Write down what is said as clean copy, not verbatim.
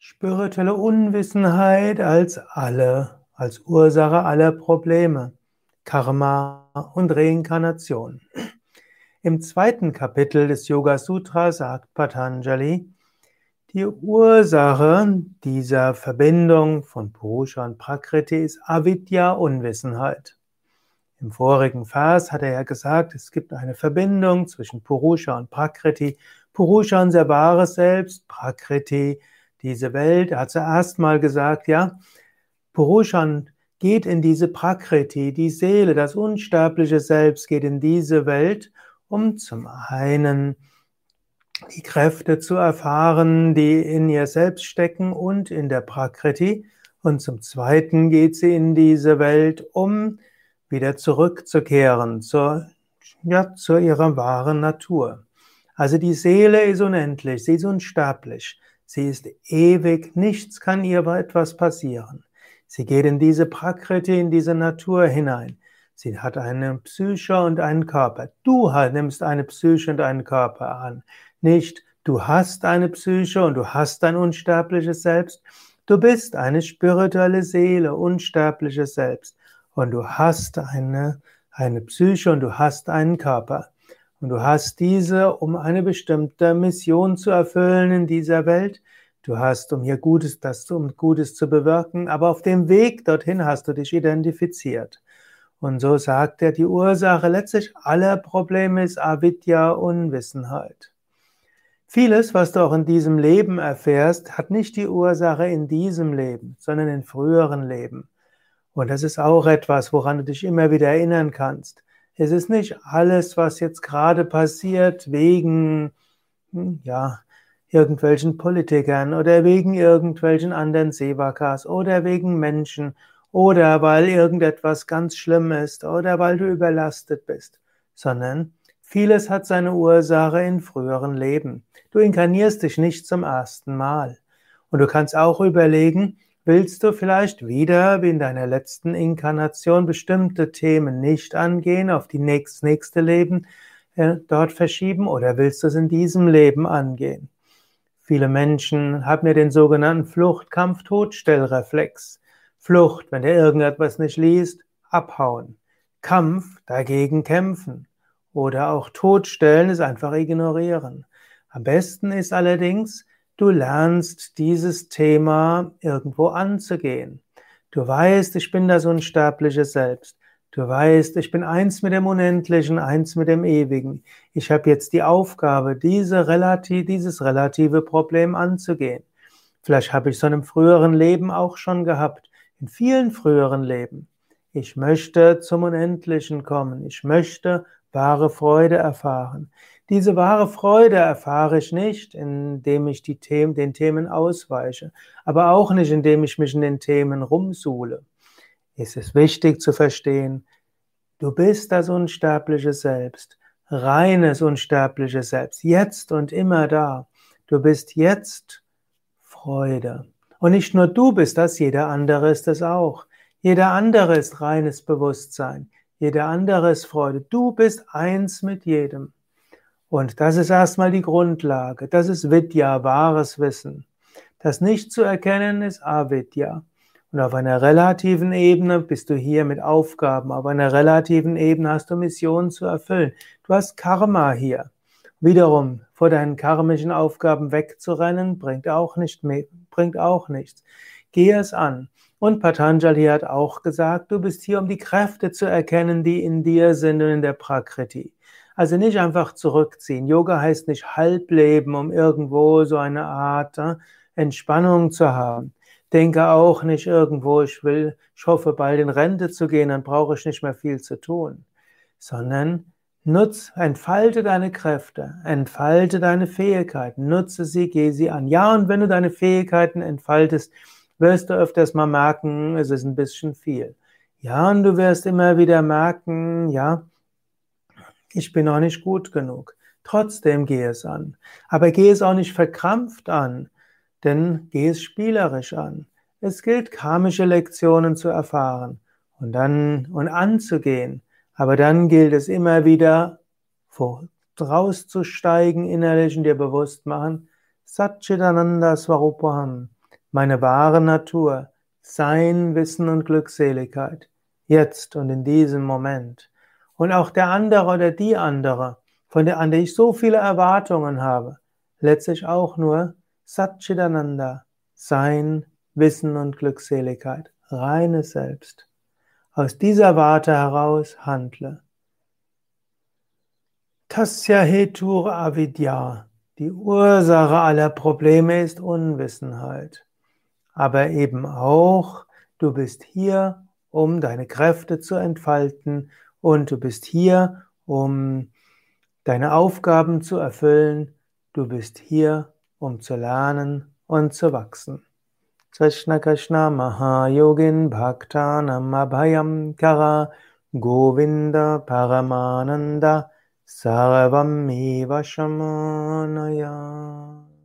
Spirituelle Unwissenheit als Ursache aller Probleme, Karma und Reinkarnation. Im zweiten Kapitel des Yoga Sutra sagt Patanjali, die Ursache dieser Verbindung von Purusha und Prakriti ist Avidya, Unwissenheit. Im vorigen Vers hat er ja gesagt, es gibt eine Verbindung zwischen Purusha und Prakriti. Purusha unser wahres Selbst, Prakriti diese Welt. Er hat zuerst mal gesagt, ja, Purusha geht in diese Prakriti, die Seele, das unsterbliche Selbst geht in diese Welt, um zum einen die Kräfte zu erfahren, die in ihr selbst stecken und in der Prakriti. Und zum Zweiten geht sie in diese Welt, um wieder zurückzukehren zu ihrer wahren Natur. Also die Seele ist unendlich, sie ist unsterblich, sie ist ewig, nichts kann ihr etwas passieren. Sie geht in diese Prakriti, in diese Natur hinein. Sie hat eine Psyche und einen Körper. Du nimmst eine Psyche und einen Körper an. Nicht, du hast eine Psyche und du hast ein unsterbliches Selbst. Du bist eine spirituelle Seele, unsterbliches Selbst. Und du hast eine Psyche und du hast einen Körper. Und du hast diese, um eine bestimmte Mission zu erfüllen in dieser Welt. Du hast, um Gutes zu bewirken, aber auf dem Weg dorthin hast du dich identifiziert. Und so sagt er, die Ursache letztlich aller Probleme ist Avidya, Unwissenheit. Vieles, was du auch in diesem Leben erfährst, hat nicht die Ursache in diesem Leben, sondern in früheren Leben. Und das ist auch etwas, woran du dich immer wieder erinnern kannst. Es ist nicht alles, was jetzt gerade passiert, wegen, irgendwelchen Politikern oder wegen irgendwelchen anderen Sevakas oder wegen Menschen oder weil irgendetwas ganz schlimm ist oder weil du überlastet bist, sondern vieles hat seine Ursache in früheren Leben. Du inkarnierst dich nicht zum ersten Mal. Und du kannst auch überlegen, willst du vielleicht wieder, wie in deiner letzten Inkarnation, bestimmte Themen nicht angehen, auf die nächste Leben dort verschieben, oder willst du es in diesem Leben angehen? Viele Menschen haben ja den sogenannten Flucht-Kampf-Todstellreflex. Flucht, wenn der irgendetwas nicht liest, abhauen. Kampf, dagegen kämpfen. Oder auch Todstellen ist einfach ignorieren. Am besten ist allerdings, du lernst dieses Thema irgendwo anzugehen. Du weißt, ich bin das unsterbliche Selbst. Du weißt, ich bin eins mit dem Unendlichen, eins mit dem Ewigen. Ich habe jetzt die Aufgabe, dieses relative Problem anzugehen. Vielleicht habe ich es in einem früheren Leben auch schon gehabt, in vielen früheren Leben. Ich möchte zum Unendlichen kommen. Ich möchte wahre Freude erfahren. Diese wahre Freude erfahre ich nicht, indem ich den Themen ausweiche, aber auch nicht, indem ich mich in den Themen rumsuhle. Es ist wichtig zu verstehen, du bist das unsterbliche Selbst, reines unsterbliches Selbst, jetzt und immer da. Du bist jetzt Freude. Und nicht nur du bist das, jeder andere ist es auch. Jeder andere ist reines Bewusstsein. Jeder andere ist Freude. Du bist eins mit jedem. Und das ist erstmal die Grundlage. Das ist Vidya, wahres Wissen. Das nicht zu erkennen ist Avidya. Und auf einer relativen Ebene bist du hier mit Aufgaben. Auf einer relativen Ebene hast du Missionen zu erfüllen. Du hast Karma hier. Wiederum, vor deinen karmischen Aufgaben wegzurennen, bringt auch nichts. Geh es an. Und Patanjali hat auch gesagt, du bist hier, um die Kräfte zu erkennen, die in dir sind und in der Prakriti. Also nicht einfach zurückziehen. Yoga heißt nicht halbleben, um irgendwo so eine Art Entspannung zu haben. Denke auch nicht irgendwo, ich hoffe bald in Rente zu gehen, dann brauche ich nicht mehr viel zu tun. Sondern entfalte deine Kräfte, entfalte deine Fähigkeiten, nutze sie, geh sie an. Ja, und wenn du deine Fähigkeiten entfaltest, wirst du öfters mal merken, es ist ein bisschen viel. Ja, und du wirst immer wieder merken, ja, ich bin noch nicht gut genug. Trotzdem geh es an. Aber geh es auch nicht verkrampft an, denn geh es spielerisch an. Es gilt, karmische Lektionen zu erfahren und anzugehen. Aber dann gilt es immer wieder, rauszusteigen innerlich und dir bewusst machen, Satchitananda Swarupam. meine wahre Natur, Sein, Wissen und Glückseligkeit, jetzt und in diesem Moment. Und auch der andere oder die andere, an der ich so viele Erwartungen habe, letztlich auch nur Satchitananda, Sein, Wissen und Glückseligkeit, reines Selbst. Aus dieser Warte heraus handle. Tasya Hetur Avidya. Die Ursache aller Probleme ist Unwissenheit. Aber eben auch, du bist hier, um deine Kräfte zu entfalten und du bist hier, um deine Aufgaben zu erfüllen. Du bist hier, um zu lernen und zu wachsen. Krishna Krishna Mahayogin Bhaktanam Abhayam Kara Govinda Paramananda Sarvam Eva Shamanaya.